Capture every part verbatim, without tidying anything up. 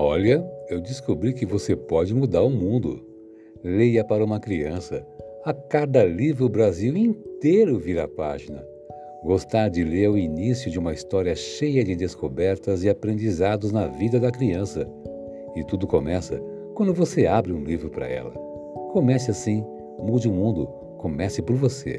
Olha, eu descobri que você pode mudar o mundo. Leia para uma criança. A cada livro o Brasil inteiro vira a página. Gostar de ler é o início de uma história cheia de descobertas e aprendizados na vida da criança. E tudo começa quando você abre um livro para ela. Comece assim, mude o mundo, comece por você.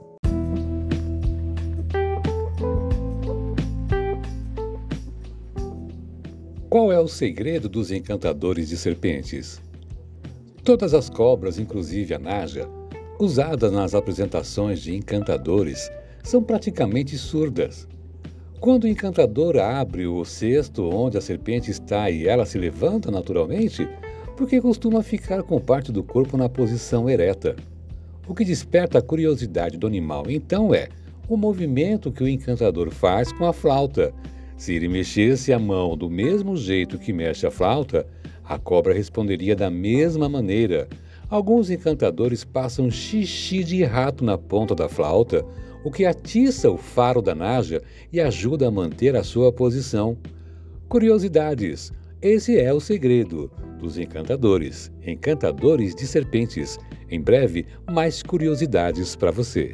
Qual é o segredo dos encantadores de serpentes? Todas as cobras, inclusive a naja, usadas nas apresentações de encantadores, são praticamente surdas. Quando o encantador abre o cesto onde a serpente está e ela se levanta naturalmente, porque costuma ficar com parte do corpo na posição ereta. O que desperta a curiosidade do animal, então, é o movimento que o encantador faz com a flauta. Se ele mexesse a mão do mesmo jeito que mexe a flauta, a cobra responderia da mesma maneira. Alguns encantadores passam xixi de rato na ponta da flauta, o que atiça o faro da naja e ajuda a manter a sua posição. Curiosidades. Esse é o segredo dos encantadores. Encantadores de serpentes. Em breve, mais curiosidades para você.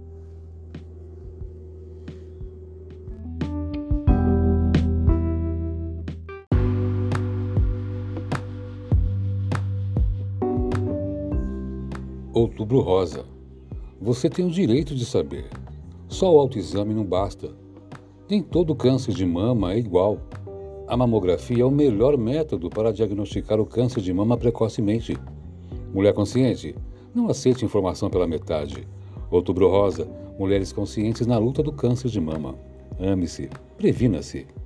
Outubro Rosa. Você tem o direito de saber. Só o autoexame não basta. Nem todo câncer de mama é igual. A mamografia é o melhor método para diagnosticar o câncer de mama precocemente. Mulher consciente, não aceite informação pela metade. Outubro Rosa, mulheres conscientes na luta do câncer de mama. Ame-se, previna-se.